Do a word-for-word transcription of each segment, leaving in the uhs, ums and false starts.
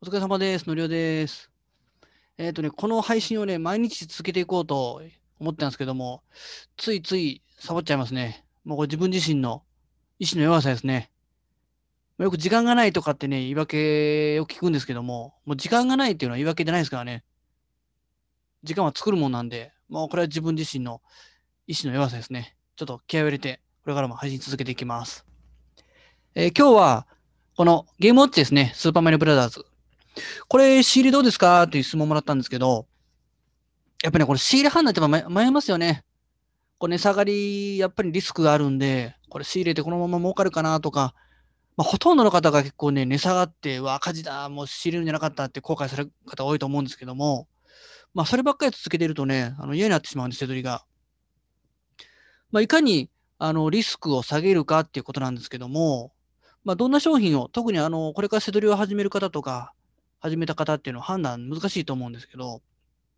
お疲れ様です。のりおです。えっとね、この配信をね、毎日続けていこうと思ってたんですけども、ついついサボっちゃいますね。もうこれ自分自身の意志の弱さですね。よく時間がないとかってね、言い訳を聞くんですけども、もう時間がないっていうのは言い訳じゃないですからね。時間は作るもんなんで、もうこれは自分自身の意志の弱さですね。ちょっと気合を入れて、これからも配信続けていきます。えー今日は、このゲームウォッチですね、スーパーマリオブラザーズ。これ、仕入れどうですかっていう質問もらったんですけど、やっぱりね、これ仕入れ判断ってやっぱ迷いますよね。これ値下がり、やっぱりリスクがあるんで、これ仕入れてこのまま儲かるかなとか、まあ、ほとんどの方が結構ね、値下がって、うわ、赤字だ、もう仕入れるんじゃなかったって後悔される方多いと思うんですけども、まあ、そればっかり続けてるとね、あの嫌になってしまうんです、手取りが。まあ、いかに、あの、リスクを下げるかっていうことなんですけども、まあ、どんな商品を、特にあの、これから手取りを始める方とか、始めた方っていうのは判断難しいと思うんですけど、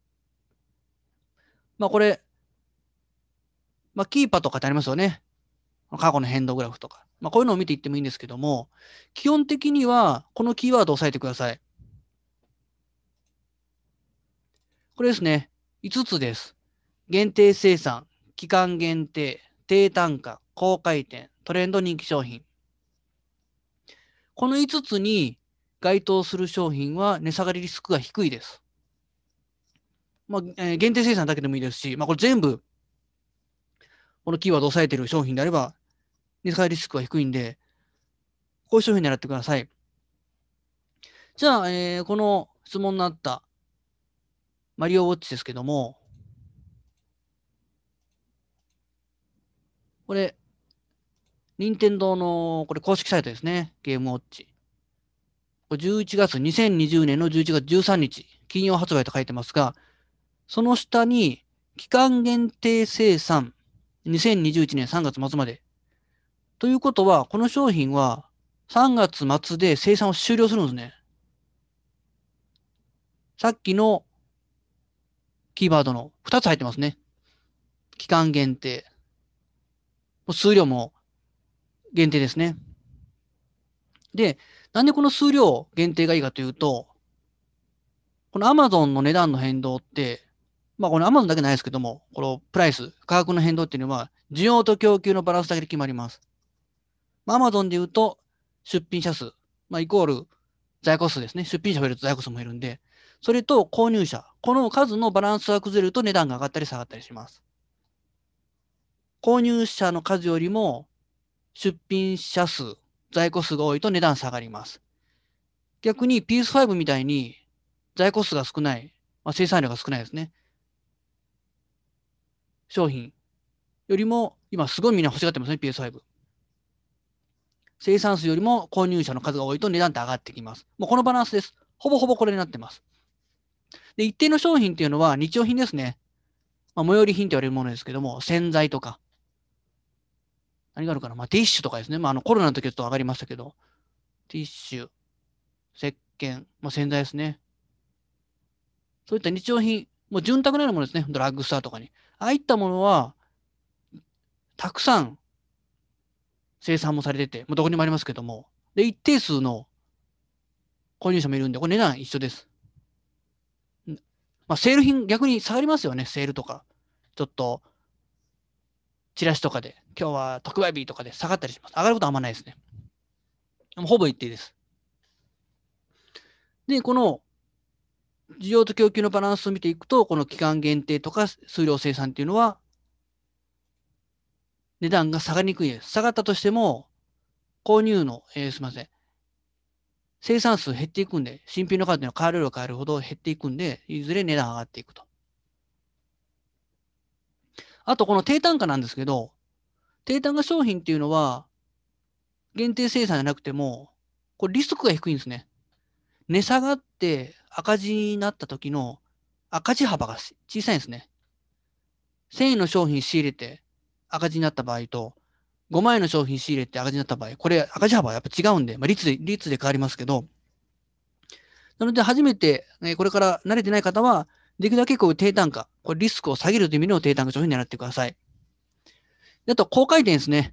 まあ、これ、まあ、キーパーとかってありますよね。過去の変動グラフとか。まあ、こういうのを見ていってもいいんですけども、基本的にはこのキーワードを押さえてください。これですね。いつつです。限定生産、期間限定、低単価、高回転、トレンド人気商品。このいつつに該当する商品は値下がりリスクが低いです。まあえー限定生産だけでもいいですし、まあ、これ全部このキーワードを押さえている商品であれば値下がりリスクは低いんで、こういう商品狙ってください。じゃあ、えーこの質問になったマリオウォッチですけども、これ、任天堂のこれ公式サイトですね。ゲームウォッチ。これじゅういちがつ、にせんにじゅうねんのじゅういちがつじゅうさんにち、金曜発売と書いてますが、その下に、期間限定生産、にせんにじゅういちねんさんがつ末まで。ということは、この商品はさんがつ末で生産を終了するんですね。さっきのキーワードのふたつ入ってますね。期間限定。数量も限定ですね。で、なんでこの数量限定がいいかというと、この Amazon の値段の変動って、まあこの Amazon だけないですけども、このプライス、価格の変動っていうのは、需要と供給のバランスだけで決まります。まあ、Amazon で言うと、出品者数、まあ、イコール在庫数ですね。出品者増えると在庫数も減るんで、それと購入者、この数のバランスが崩れると値段が上がったり下がったりします。購入者の数よりも出品者数、在庫数が多いと値段下がります。逆に ピーエスファイブ みたいに在庫数が少ない、まあ、生産量が少ないですね。商品よりも、今すごいみんな欲しがってますね、ピーエスファイブ。生産数よりも購入者の数が多いと値段って上がってきます。もうこのバランスです。ほぼほぼこれになってます。で、一定の商品っていうのは日用品ですね。まあ、最寄り品と言われるものですけども、洗剤とか、何があるかな、まあ、ティッシュとかですね。まあ、あのコロナの時はちょっと上がりましたけど、ティッシュ、石鹸、まあ、洗剤ですね。そういった日用品、もう潤沢なるものですね。ドラッグストアとかに。ああいったものは、たくさん生産もされてて、もうどこにもありますけども、で、一定数の購入者もいるんで、これ値段一緒です。まあ、セール品、逆に下がりますよね、セールとか。ちょっと、チラシとかで、今日は特売日とかで下がったりします。上がることはあんまないですね。もうほぼ一定です。で、この需要と供給のバランスを見ていくと、この期間限定とか数量生産っていうのは、値段が下がりにくいです。下がったとしても、購入の、えーすみません、生産数減っていくんで、新品の数の変わるよ変わるほど減っていくんで、いずれ値段上がっていくと。あと、この低単価なんですけど、低単価商品っていうのは、限定生産じゃなくても、これリスクが低いんですね。値下がって赤字になった時の赤字幅が小さいんですね。せんえんの商品仕入れて赤字になった場合と、ごまん円の商品仕入れて赤字になった場合、これ赤字幅はやっぱ違うんで、まあ、率で、率で変わりますけど、なので初めて、ね、これから慣れてない方は、できるだけこう低単価、これリスクを下げるという意味の低単価商品を狙ってください。あと、高回転ですね。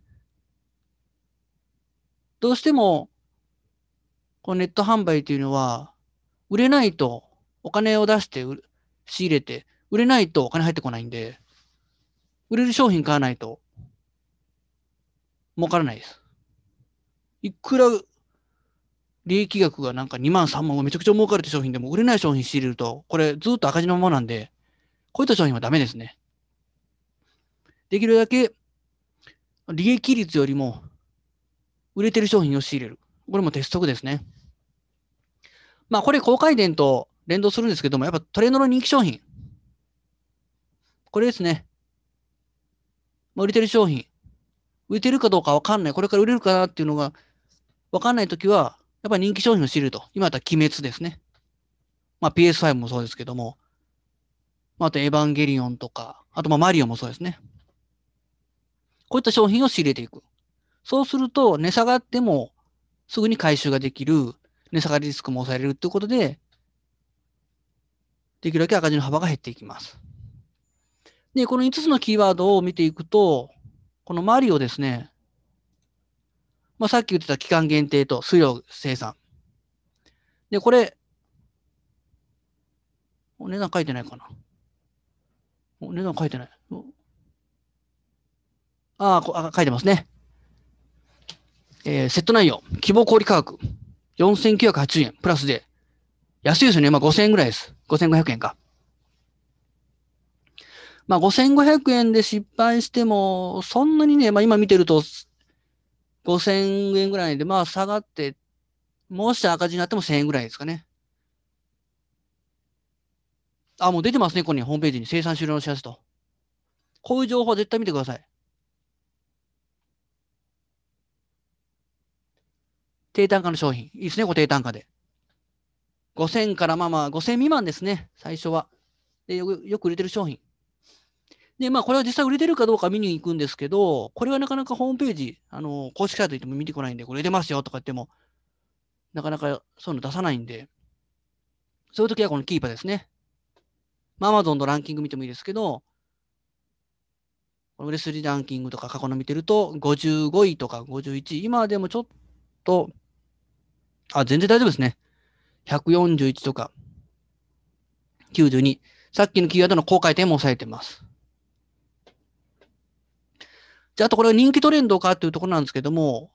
どうしても、このネット販売というのは、 売れないとお金を出して仕入れて、売れないとお金入ってこないんで、売れる商品買わないと儲からないです。いくら利益額がなんかにまんさんまんもめちゃくちゃ儲かるって商品でも売れない商品仕入れると、これずっと赤字のままなんで、こういった商品はダメですね。できるだけ利益率よりも売れてる商品を仕入れる。これも鉄則ですね。まあこれ高回転と連動するんですけども、やっぱトレンドの人気商品。これですね。売れてる商品。売れてるかどうかわかんない。これから売れるかなっていうのがわかんないときは、やっぱり人気商品を仕入れると。今だったら鬼滅ですね。まあ ピーエスファイブ もそうですけども、あとエヴァンゲリオンとか、あとまあマリオもそうですね。こういった商品を仕入れていく。そうすると、値下がってもすぐに回収ができる、値下がりリスクも抑えれるということで、できるだけ赤字の幅が減っていきます。で、このいつつのキーワードを見ていくと、このマリオですね。まあ、さっき言ってた期間限定と数量生産。で、これ、お値段書いてないかな。お値段書いてない。ああ、書いてますね。えー、セット内容、希望小売価格、よんせんきゅうひゃくはちじゅうえん、プラスで、安いですよね。まあごせんえんぐらいです。ごせんごひゃくえんか。まあごせんごひゃくえんで失敗しても、そんなにね、まあ今見てるとごせんえんぐらいで、まあ下がって、もし赤字になってもせんえんぐらいですかね。あ、もう出てますね、ここにホームページに生産終了の知らせと。こういう情報は絶対見てください。低単価の商品。いいですね、こ低単価で。ごせんからまあまあごせん未満ですね、最初は。でよくよく売れてる商品。で、まあこれは実際売れてるかどうか見に行くんですけど、これはなかなかホームページ、あの、公式サイト行っても見てこないんで、これ売れてますよとか言っても、なかなかそういうの出さないんで、そういう時はこのキーパーですね。まあ、Amazon のランキング見てもいいですけど、売れ筋ランキングとか過去の見てると、ごじゅうごいとかごじゅういちい、今でもちょっと、あ、全然大丈夫ですね。ひゃくよんじゅういちとかきゅうじゅうに。さっきのキーワードの高回転も抑えてます。じゃあ、あとこれは人気トレンドかっていうところなんですけども、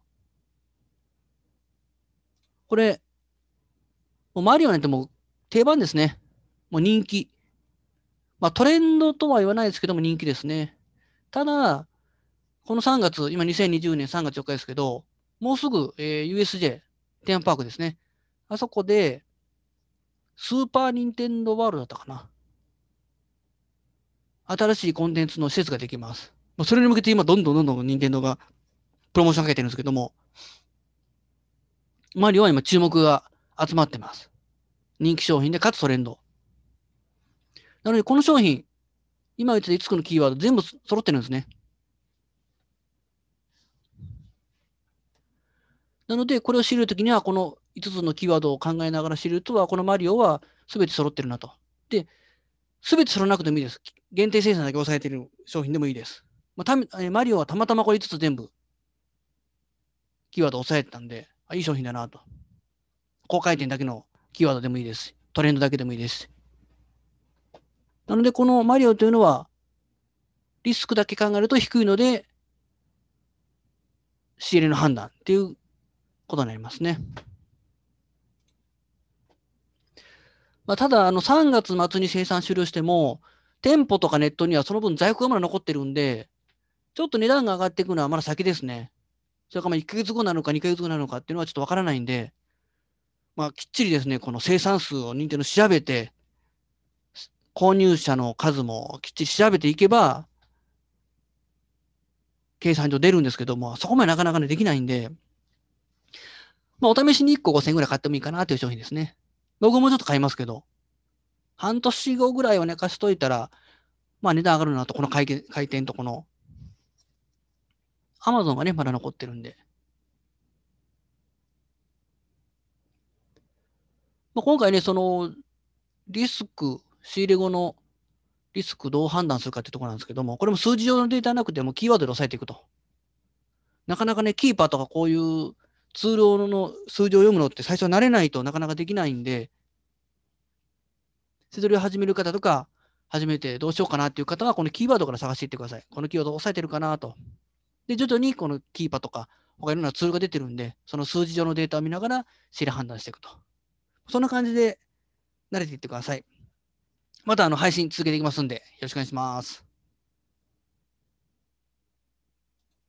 これ、もうマリオなんてもう定番ですね。もう人気。まあトレンドとは言わないですけども人気ですね。ただ、このさんがつ、今にせんにじゅうねんさんがつよっかですけど、もうすぐ、えー ユーエスジェー、テーマパークですね。あそこで、スーパーニンテンドーワールドだったかな。新しいコンテンツの施設ができます。それに向けて今、どんどんどんどん任天堂がプロモーションかけてるんですけども、マリオは今注目が集まってます。人気商品で、かつトレンド。なので、この商品、今言ってたいつつのキーワード全部揃ってるんですね。なので、これを知るときには、このいつつのキーワードを考えながら知るとは、このマリオは全て揃ってるなと。で、全て揃わなくてもいいです。限定生産だけ抑えている商品でもいいです。まあ、たマリオはたまたまこれいつつ全部キーワード抑えてたんで、あ、いい商品だなと。高回転だけのキーワードでもいいです。トレンドだけでもいいです。なので、このマリオというのは、リスクだけ考えると低いので、仕入れの判断っていうことになりますね。まあ、ただ、あのさんがつ末に生産終了しても、店舗とかネットにはその分在庫がまだ残ってるんで、ちょっと値段が上がっていくのはまだ先ですね。それからまあいっかげつごなのかにかげつごなのかっていうのはちょっとわからないんで、まあ、きっちりですね、この生産数を認定の調べて、購入者の数もきっちり調べていけば、計算上出るんですけども、そこまでなかなかね、できないんで、まあ、お試しにいっこごせんえんぐらい買ってもいいかなという商品ですね。僕もちょっと買いますけど、半年後ぐらいは寝かしといたら、まあ値段上がるなと、この回転回転とこの、アマゾンがね、まだ残ってるんで。まあ、今回ね、その、リスク、仕入れ後のリスクどう判断するかっていうところなんですけども、これも数字上のデータなくてもキーワードで抑えていくと。なかなかね、キーパーとかこういうツールの数字を読むのって最初は慣れないとなかなかできないんで、 せどりを始める方とか、始めてどうしようかなっていう方は、このキーワードから探していってください。このキーワードを押さえてるかなと。で、徐々にこのキーパーとか、他いろんなツールが出てるんで、その数字上のデータを見ながら、シェア判断していくと。そんな感じで慣れていってください。またあの配信続けていきますんで、よろしくお願いします。